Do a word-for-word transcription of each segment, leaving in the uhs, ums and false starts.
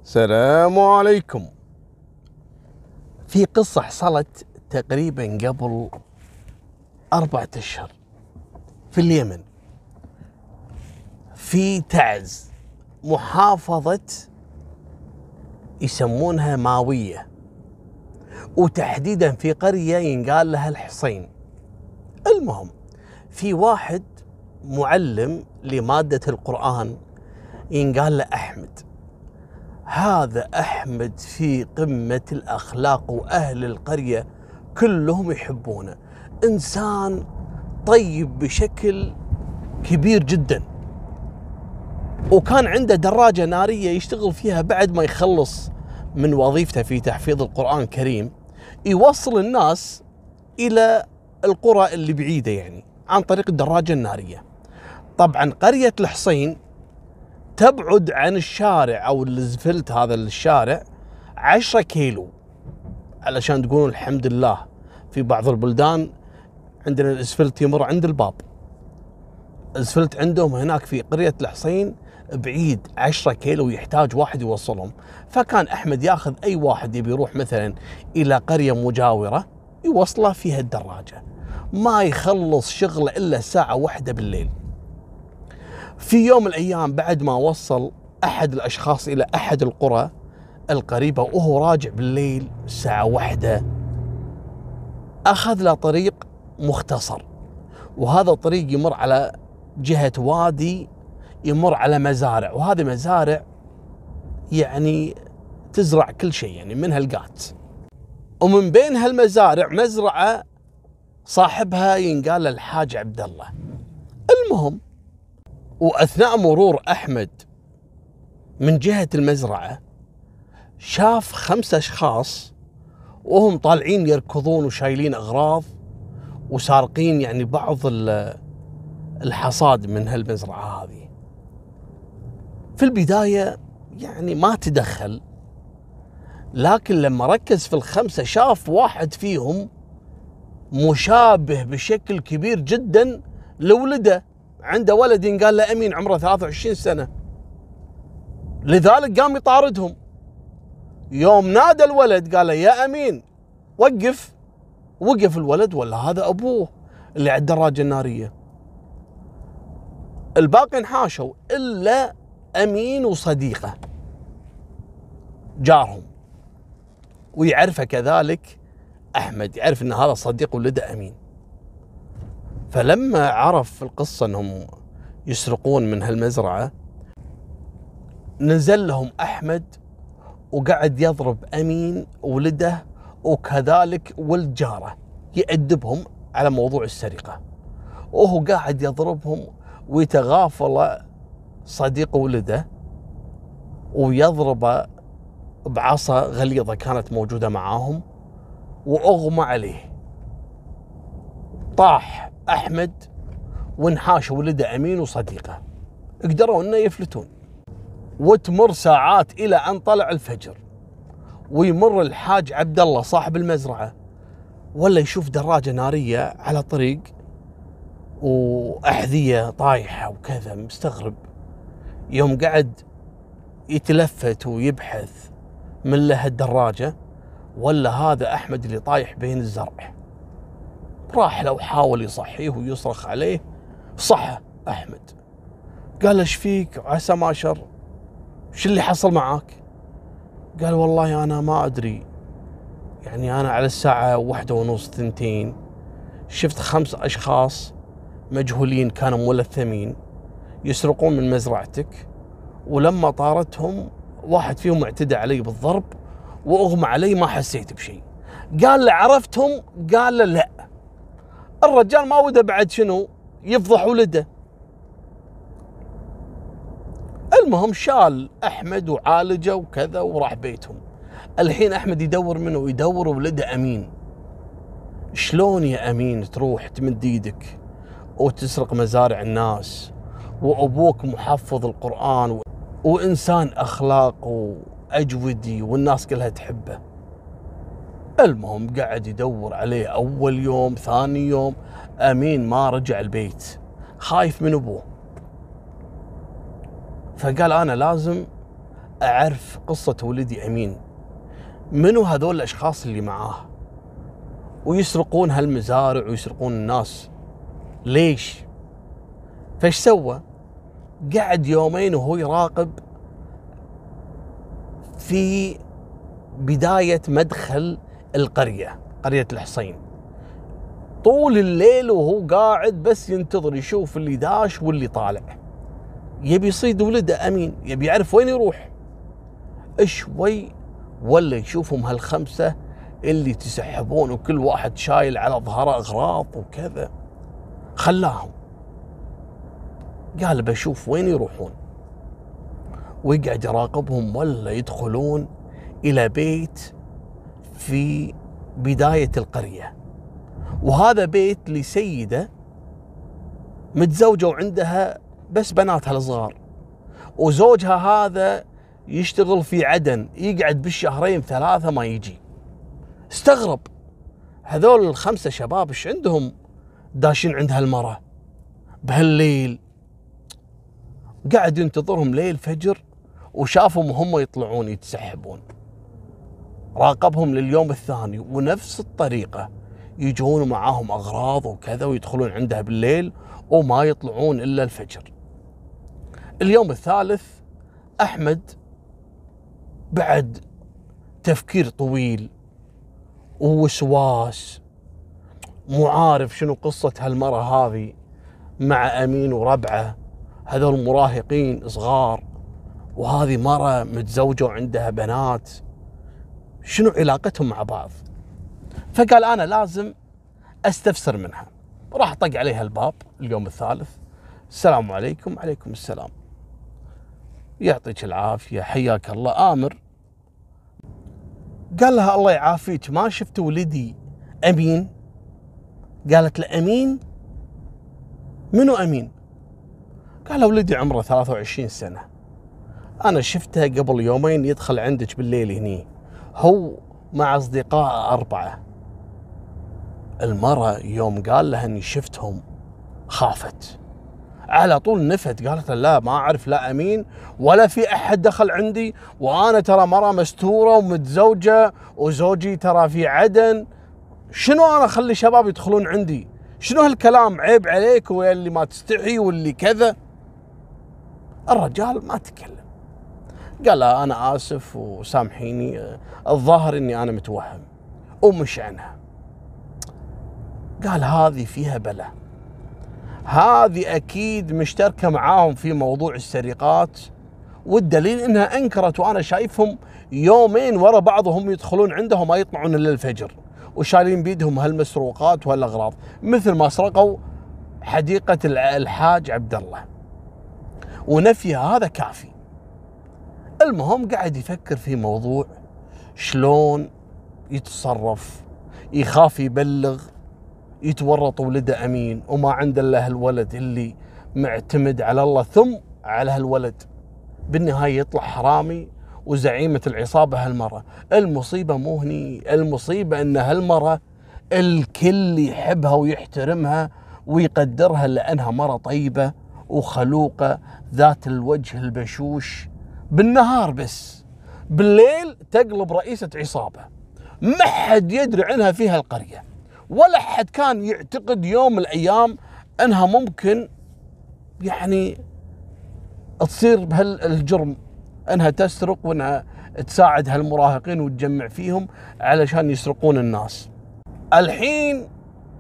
السلام عليكم. في قصة حصلت تقريبا قبل أربعة أشهر في اليمن، في تعز، محافظة يسمونها ماوية، وتحديدا في قرية ينقال لها الحصين. المهم، في واحد معلم لمادة القرآن ينقال له أحمد. هذا أحمد في قمة الأخلاق، وأهل القرية كلهم يحبونه، إنسان طيب بشكل كبير جدا. وكان عنده دراجة نارية يشتغل فيها بعد ما يخلص من وظيفته في تحفيظ القرآن الكريم، يوصل الناس إلى القرى اللي بعيدة يعني عن طريق الدراجة النارية. طبعا قرية الحصين تبعد عن الشارع أو الزفلت هذا الشارع عشرة كيلو، علشان تقولون الحمد لله في بعض البلدان عندنا الاسفلت يمر عند الباب. الاسفلت عندهم هناك في قرية الحصين بعيد عشرة كيلو، يحتاج واحد يوصلهم. فكان أحمد ياخذ أي واحد يبي يروح مثلا إلى قرية مجاورة يوصله فيها الدراجة، ما يخلص شغله إلا ساعة واحدة بالليل. في يوم من الأيام بعد ما وصل أحد الأشخاص إلى أحد القرى القريبة، وهو راجع بالليل الساعة واحدة، أخذ له طريق مختصر، وهذا الطريق يمر على جهة وادي، يمر على مزارع، وهذه مزارع يعني تزرع كل شيء، يعني منها القات. ومن بين هالمزارع مزرعة صاحبها ينقال له الحاج عبد الله. المهم، وأثناء مرور أحمد من جهة المزرعة شاف خمسة أشخاص وهم طالعين يركضون وشايلين أغراض وسارقين يعني بعض الحصاد من هالمزرعة هذه. في البداية يعني ما تدخل، لكن لما ركز في الخمسة شاف واحد فيهم مشابه بشكل كبير جدا لولده، عنده ولد ينقال له أمين عمره ثلاثة وعشرين سنة، لذلك قام يطاردهم. يوم نادى الولد قال له يا أمين وقف، وقف الولد، ولا هذا أبوه اللي على الدراجة النارية. الباقي انحاشوا إلا أمين وصديقه جارهم، ويعرفه كذلك أحمد، يعرف أن هذا صديق ولده أمين. فلما عرف القصة أنهم يسرقون من هالمزرعة، نزل لهم أحمد وقعد يضرب أمين ولده وكذلك ولد جاره، يأدبهم على موضوع السرقة. وهو قاعد يضربهم ويتغافل صديق ولده ويضرب بعصا غليظة كانت موجودة معاهم، وأغمى عليه. طاح أحمد وانحاش ولده أمين وصديقه، قدروا أنه يفلتون. وتمر ساعات إلى أن طلع الفجر، ويمر الحاج عبد الله صاحب المزرعة، ولا يشوف دراجة نارية على طريق وأحذية طايحة وكذا، مستغرب. يوم قعد يتلفت ويبحث من له الدراجة، ولا هذا أحمد اللي طايح بين الزرع. راح له وحاول يصحيه ويصرخ عليه، صح أحمد. قال له ايش فيك؟ عسى ما شر، ايش اللي حصل معاك؟ قال والله أنا ما أدري، يعني أنا على الساعة واحدة ونص ثنتين شفت خمس أشخاص مجهولين كانوا ملثمين يسرقون من مزرعتك، ولما طارتهم واحد فيهم اعتدى علي بالضرب وأغمى علي، ما حسيت بشيء. قال له عرفتهم؟ قال له لا. الرجال ما وده بعد شنو يفضح ولده. المهم شال أحمد وعالجه وكذا وراح بيتهم. الحين أحمد يدور منه ويدور ولده أمين. شلون يا أمين تروح تمد ايدك وتسرق مزارع الناس، وأبوك محفظ القرآن و... وإنسان أخلاق وأجودي والناس كلها تحبه. المهم قاعد يدور عليه أول يوم ثاني يوم، أمين ما رجع البيت، خايف من أبوه. فقال أنا لازم اعرف قصة ولدي امين، منو هذول الاشخاص اللي معاه ويسرقون هالمزارع ويسرقون الناس، ليش؟ فايش سوى؟ قعد يومين وهو يراقب في بداية مدخل القرية، قرية الحصين، طول الليل وهو قاعد بس ينتظر يشوف اللي داش واللي طالع، يبي يصيد ولده امين، يبي يعرف وين يروح. شوي ولا يشوفهم هالخمسة اللي تسحبون وكل واحد شايل على ظهره اغراض وكذا، خلاهم، قال بشوف وين يروحون، ويقعد يراقبهم ولا يدخلون الى بيت في بداية القرية، وهذا بيت لسيدة متزوجة وعندها بس بناتها الصغار، وزوجها هذا يشتغل في عدن، يقعد بالشهرين ثلاثة ما يجي. استغرب هذول الخمسة شباب ايش عندهم داشين عند هالمرة بهالليل، قاعد ينتظرهم ليل فجر وشافهم وهم يطلعون يتسحبون، راقبهم لليوم الثاني ونفس الطريقة يجون معاهم أغراض وكذا ويدخلون عندها بالليل وما يطلعون إلا الفجر. اليوم الثالث أحمد بعد تفكير طويل ووسواس، مو عارف شنو قصة هالمرة هذه مع أمين وربعه، هذول مراهقين صغار وهذه مرة متزوجة وعندها بنات، شنو علاقتهم مع بعض؟ فقال أنا لازم أستفسر منها. راح طق عليها الباب اليوم الثالث، السلام عليكم. عليكم السلام. يعطيك العافية، حياك الله، آمر. قال لها الله يعافيك، ما شفت ولدي أمين؟ قالت له أمين؟ منو أمين؟ قال له ولدي عمره ثلاثة وعشرين سنة، أنا شفته قبل يومين يدخل عندك بالليل هني، هو مع أصدقاء أربعة. المرة يوم قال لها أني شفتهم خافت على طول، نفت، قالت له لا ما أعرف لا أمين ولا في أحد دخل عندي، وأنا ترى مرة مستورة ومتزوجة وزوجي ترى في عدن، شنو أنا أخلي شباب يدخلون عندي؟ شنو هالكلام؟ عيب عليك واللي ما تستحي واللي كذا. الرجال ما تكلم، قال لا أنا آسف وسامحيني، الظاهر إني أنا متوهم، ومش عنها. قال هذه فيها بلا، هذه أكيد مشتركة معاهم في موضوع السرقات، والدليل إنها أنكرت وأنا شايفهم يومين ورا بعض وهم يدخلون عندهم ما يطلعون إلا الفجر، وشايلين بيدهم هالمسروقات وهالأغراض، مثل ما سرقوا حديقة الحاج عبد الله، ونفيها هذا كافي. المهم قاعد يفكر في موضوع شلون يتصرف، يخاف يبلغ يتورط ولده أمين وما عنده إلا هالولد اللي معتمد على الله ثم على هالولد، بالنهاية يطلع حرامي وزعيمة العصابة هالمرة. المصيبة مو هني، المصيبة أن هالمرة الكل يحبها ويحترمها ويقدرها لأنها مرة طيبة وخلوقة ذات الوجه البشوش، بالنهار بس، بالليل تقلب رئيسة عصابة ما حد يدري عنها في هالقرية، ولا حد كان يعتقد يوم من الأيام أنها ممكن يعني تصير بهالجرم، أنها تسرق وأنها تساعد هالمراهقين وتجمع فيهم علشان يسرقون الناس. الحين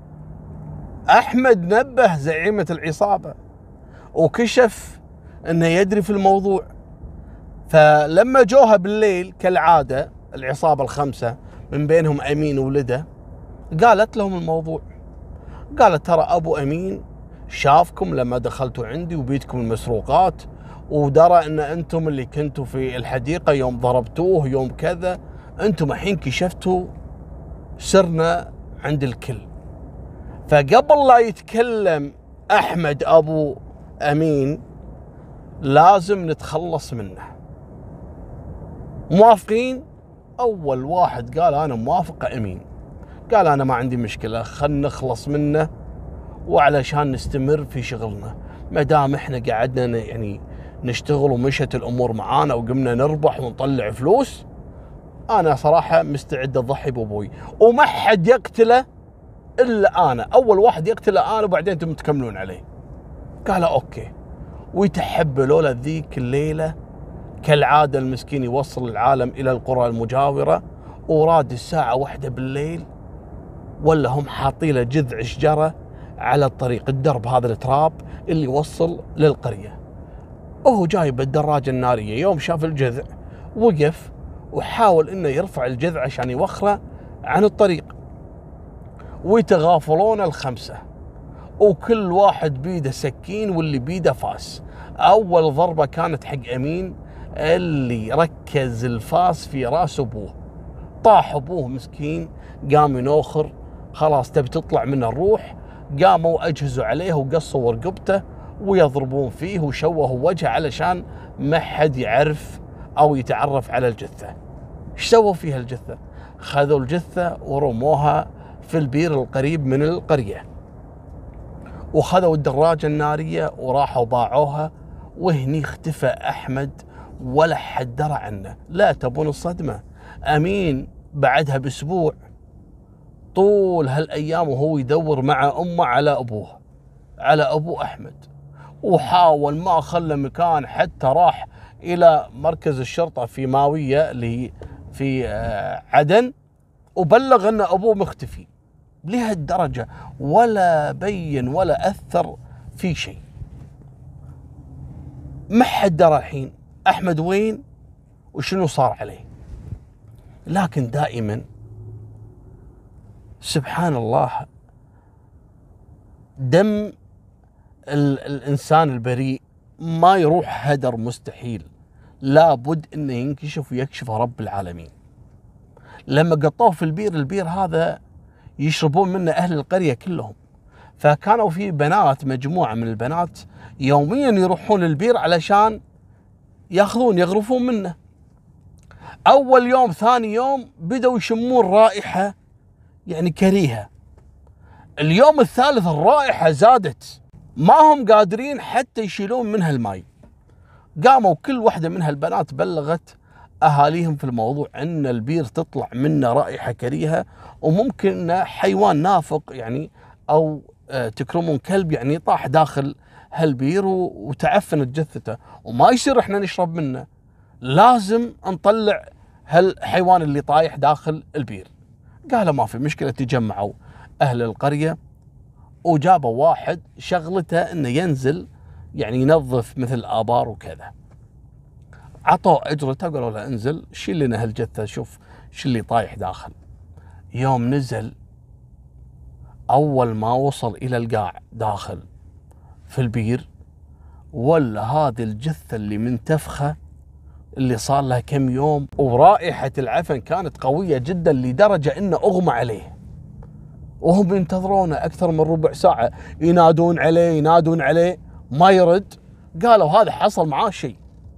أحمد نبه زعيمة العصابة وكشف أنه يدري في الموضوع، فلما جوها بالليل كالعادة العصابة الخمسة من بينهم أمين وولده، قالت لهم الموضوع، قالت ترى أبو أمين شافكم لما دخلتوا عندي وبيتكم المسروقات، ودرى أن أنتم اللي كنتوا في الحديقة يوم ضربتوه يوم كذا، أنتم الحين كشفتوا سرنا عند الكل. فقبل لا يتكلم أحمد أبو أمين لازم نتخلص منه. موافقين؟ أول واحد قال أنا موافق أمين، قال أنا ما عندي مشكلة، خلنا نخلص منه وعلشان نستمر في شغلنا، ما دام إحنا قعدنا يعني نشتغل ومشت الامور معانا وقمنا نربح ونطلع فلوس، انا صراحه مستعد اضحي بابوي وما حد يقتله الا انا، اول واحد يقتله انا وبعدين انتم تكملون عليه. قالوا اوكي، ويتحبلوا له ذيك الليله كالعاده. المسكين يوصل العالم الى القرى المجاوره، وراد الساعه واحدة بالليل ولا هم حاطين له جذع شجره على الطريق، الدرب هذا التراب اللي يوصل للقريه، وهو جايب الدراجه الناريه. يوم شاف الجذع وقف وحاول انه يرفع الجذع عشان يوخره عن الطريق، ويتغافلون الخمسه وكل واحد بيده سكين واللي بيده فاس. اول ضربه كانت حق امين اللي ركز الفاس في راس ابوه، طاح ابوه مسكين، قام ينوخر، خلاص تبي تطلع من الروح. قاموا اجهزوا عليه وقصوا رقبته ويضربون فيه وشوهوا وجهه علشان ما حد يعرف او يتعرف على الجثه. ايش سووا فيها الجثه؟ خذوا الجثه ورموها في البير القريب من القريه، وخذوا الدراجه الناريه وراحوا باعوها، وهني اختفى احمد ولا حد درى عنه. لا تبون الصدمه، امين بعدها باسبوع طول هالايام وهو يدور مع امه على ابوه، على ابو احمد، وحاول ما خلى مكان، حتى راح الى مركز الشرطه في ماويه اللي في عدن وبلغ ان ابوه مختفي. لهالدرجه ولا بين ولا اثر في شيء. ما حد درى الحين احمد وين وشنو صار عليه. لكن دائما سبحان الله دم الانسان البريء ما يروح هدر مستحيل، لابد انه ينكشف ويكشفه رب العالمين. لما قطوه في البير، البير هذا يشربون منه اهل القريه كلهم، فكانوا في بنات، مجموعه من البنات يوميا يروحون البير علشان ياخذون يغرفون منه. اول يوم ثاني يوم بدأوا يشمون رائحه يعني كريهه. اليوم الثالث الرائحه زادت، ما هم قادرين حتى يشيلون منها الماء. قاموا كل واحده من هالبنات بلغت اهاليهم في الموضوع ان البير تطلع منه رائحه كريهه، وممكن حيوان نافق يعني او تكرمون كلب يعني طاح داخل هالبير وتعفنت جثته، وما يصير احنا نشرب منه، لازم نطلع هالحيوان اللي طايح داخل البير. قالوا ما في مشكله. تجمعوا اهل القريه وجابوا واحد شغلته انه ينزل يعني ينظف مثل ابار وكذا. عطوا اجرته، قالوا له انزل شيل لنا هالجثه، شوف شو اللي طايح داخل. يوم نزل، اول ما وصل الى القاع داخل في البير، ولا هذه الجثه اللي منتفخه اللي صار لها كم يوم، ورائحه العفن كانت قويه جدا لدرجه انه اغمى عليه، وهم ينتظرونه اكثر من ربع ساعه، ينادون عليه ينادون عليه ما يرد. قالوا هذا حصل معاه شيء،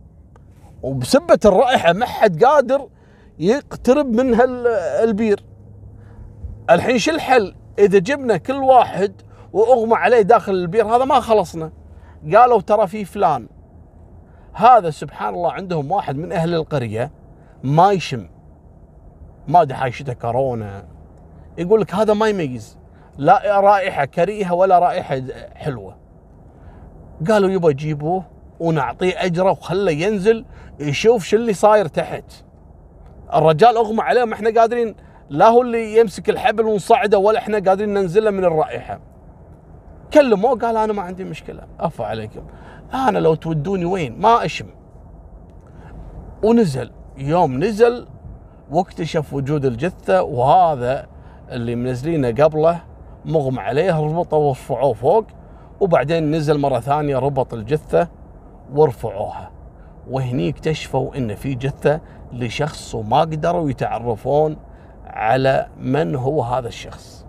وبسبة الرائحة ما حد قادر يقترب من هالبير. الحين شو الحل؟ إذا جبنا كل واحد وأغمى عليه داخل البير هذا ما خلصنا. قالوا ترى في فلان، هذا سبحان الله عندهم واحد من أهل القرية ما يشم، ما أدري حايشته كورونا، يقول لك هذا ما يميز لا رائحة كريهة ولا رائحة حلوة. قالوا يبا جيبوه ونعطيه أجره وخله ينزل يشوف شو اللي صاير تحت. الرجال أغمى عليه، ما احنا قادرين، لا هو اللي يمسك الحبل ونصعده ولا احنا قادرين ننزله من الرائحة. كلموه قال أنا ما عندي مشكلة، عفوا عليكم، أنا لو تودوني وين ما أشم. ونزل. يوم نزل واكتشف وجود الجثة، وهذا اللي منزلينه قبله مغمى عليه، ربطوا ورفعوه فوق، وبعدين نزل مرة ثانية ربط الجثة ورفعوها. وهني اكتشفوا ان في جثة لشخص وما قدروا يتعرفون على من هو هذا الشخص.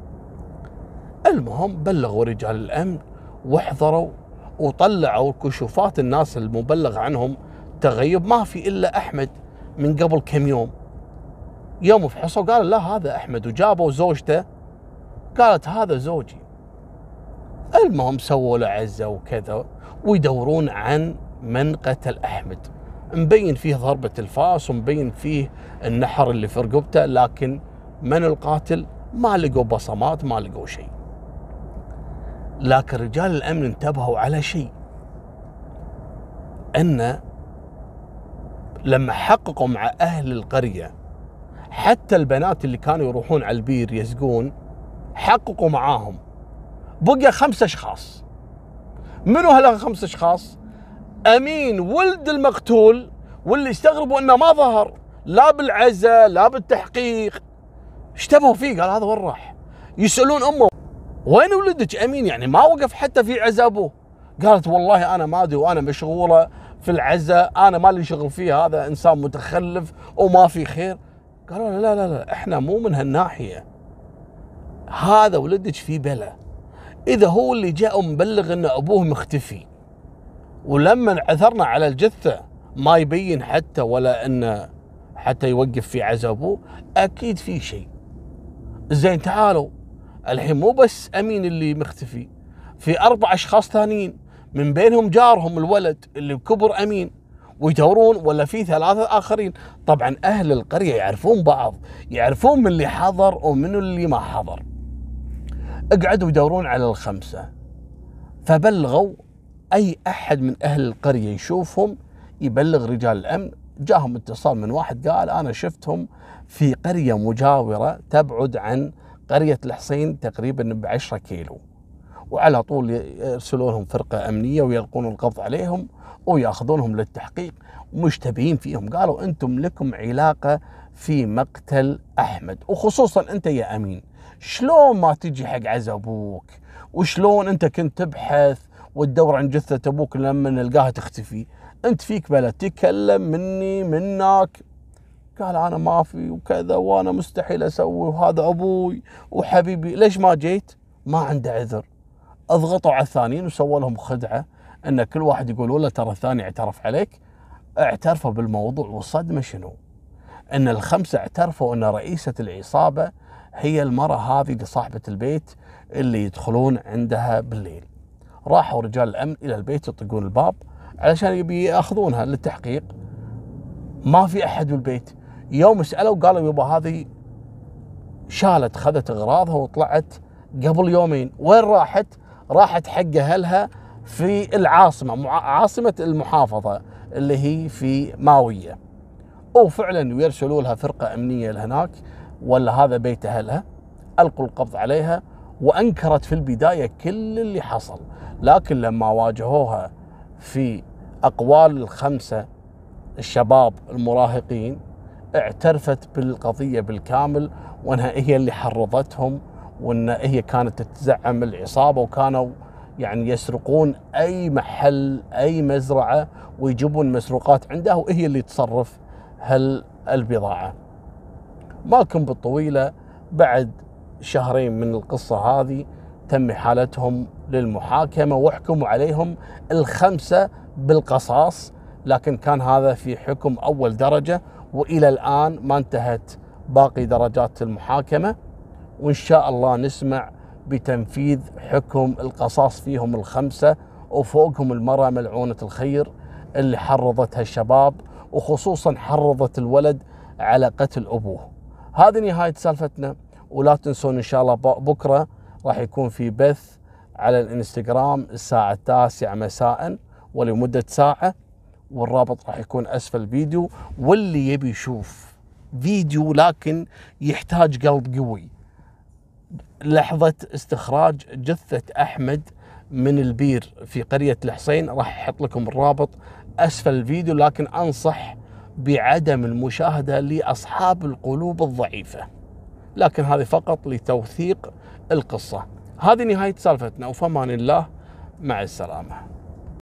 المهم بلغوا رجال الامن واحضروا وطلعوا كشوفات الناس المبلغ عنهم تغيب، ما في الا احمد من قبل كم يوم. يوم فحصوا قالوا لا هذا احمد، وجابوا زوجته قالت هذا زوجي. المهم سووا له عزة وكذا، ويدورون عن من قتل أحمد. مبين فيه ضربة الفاس ومبين فيه النحر اللي في رقبته، لكن من القاتل ما لقوا بصمات، ما لقوا شيء. لكن رجال الأمن انتبهوا على شيء، أن لما حققوا مع أهل القرية، حتى البنات اللي كانوا يروحون على البير يسقون حققوا معاهم، بقى خمسة أشخاص. منو هلا خمسة أشخاص؟ أمين ولد المقتول، واللي استغربوا أنه ما ظهر لا بالعزة لا بالتحقيق. اشتبهوا فيه، قال هذا وين راح؟ يسألون أمه وين ولدك أمين؟ يعني ما وقف حتى في عزا أبوه. قالت والله أنا ما أدري وأنا مشغولة في العزا، أنا ما لي شغل فيه، هذا إنسان متخلف وما في خير. قالوا لا لا لا إحنا مو من هالناحية، هذا ولدك في بلا. إذا هو اللي جاء مبلغ أن أبوه مختفي، ولما عثرنا على الجثة ما يبين حتى ولا أنه حتى يوقف في عزا أبوه، أكيد في شيء. زين تعالوا الحين مو بس أمين اللي مختفي، في أربع أشخاص ثانيين، من بينهم جارهم الولد اللي بكبر أمين، ويدورون ولا في ثلاثة آخرين. طبعا أهل القرية يعرفون بعض، يعرفون من اللي حضر ومن اللي ما حضر. اقعدوا يدورون على الخمسة، فبلغوا أي أحد من أهل القرية يشوفهم يبلغ رجال الأمن. جاهم اتصال من واحد قال أنا شفتهم في قرية مجاورة تبعد عن قرية الحصين تقريبا بعشرة كيلو، وعلى طول يرسلون لهم فرقة أمنية ويلقون القبض عليهم ويأخذونهم للتحقيق، ومشتبهين فيهم. قالوا أنتم لكم علاقة في مقتل أحمد، وخصوصا أنت يا أمين، شلون ما تجي حق عزا أبوك؟ وشلون أنت كنت تبحث وتدور عن جثة أبوك لما نلقاها تختفي؟ أنت فيك بلا تكلم مني منك. قال أنا ما في وكذا، وأنا مستحيل أسوي، وهذا أبوي وحبيبي، ليش ما جيت؟ ما عنده عذر. اضغطوا على الثانيين وسووا لهم خدعة أن كل واحد يقول ولا ترى الثاني اعترف عليك. اعترفوا بالموضوع، والصدمة شنو؟ أن الخمسة اعترفوا أن رئيسة العصابة هي المرة هذه اللي صاحبة البيت اللي يدخلون عندها بالليل. راحوا رجال الأمن إلى البيت يطقون الباب علشان يبي يأخذونها للتحقيق، ما في أحد بالبيت. يوم سألوا قالوا يبا هذه شالت خذت أغراضها وطلعت قبل يومين. وين راحت؟ راحت حق أهلها في العاصمة، عاصمة المحافظة اللي هي في ماوية. وفعلا يرسلوا لها فرقة أمنية لهناك، ولا هذا بيت أهلها. ألقوا القبض عليها، وأنكرت في البداية كل اللي حصل، لكن لما واجهوها في أقوال الخمسة الشباب المراهقين اعترفت بالقضية بالكامل، وأنها هي اللي حرضتهم، وأن هي كانت تتزعم العصابة، وكانوا يعني يسرقون أي محل أي مزرعة ويجيبون مسروقات عندها، وهي اللي تصرف هالبضاعة. مالكم بالطويلة، بعد شهرين من القصة هذه تم إحالتهم للمحاكمة وحكموا عليهم الخمسة بالقصاص، لكن كان هذا في حكم أول درجة، وإلى الآن ما انتهت باقي درجات المحاكمة، وإن شاء الله نسمع بتنفيذ حكم القصاص فيهم الخمسة، وفوقهم المرأة ملعونة الخير اللي حرضتها الشباب، وخصوصا حرضت الولد على قتل أبوه. هذه نهاية سالفتنا، ولا تنسون إن شاء الله بكرة راح يكون في بث على الانستغرام الساعة التاسعة مساء ولمدة ساعة، والرابط راح يكون أسفل الفيديو. واللي يبي يشوف فيديو لكن يحتاج قلب قوي، لحظة استخراج جثة أحمد من البير في قرية الحصين، راح أحط لكم الرابط أسفل الفيديو، لكن أنصح بعدم المشاهدة لأصحاب القلوب الضعيفة، لكن هذه فقط لتوثيق القصة. هذه نهاية سالفتنا، وفمان الله، مع السلامة.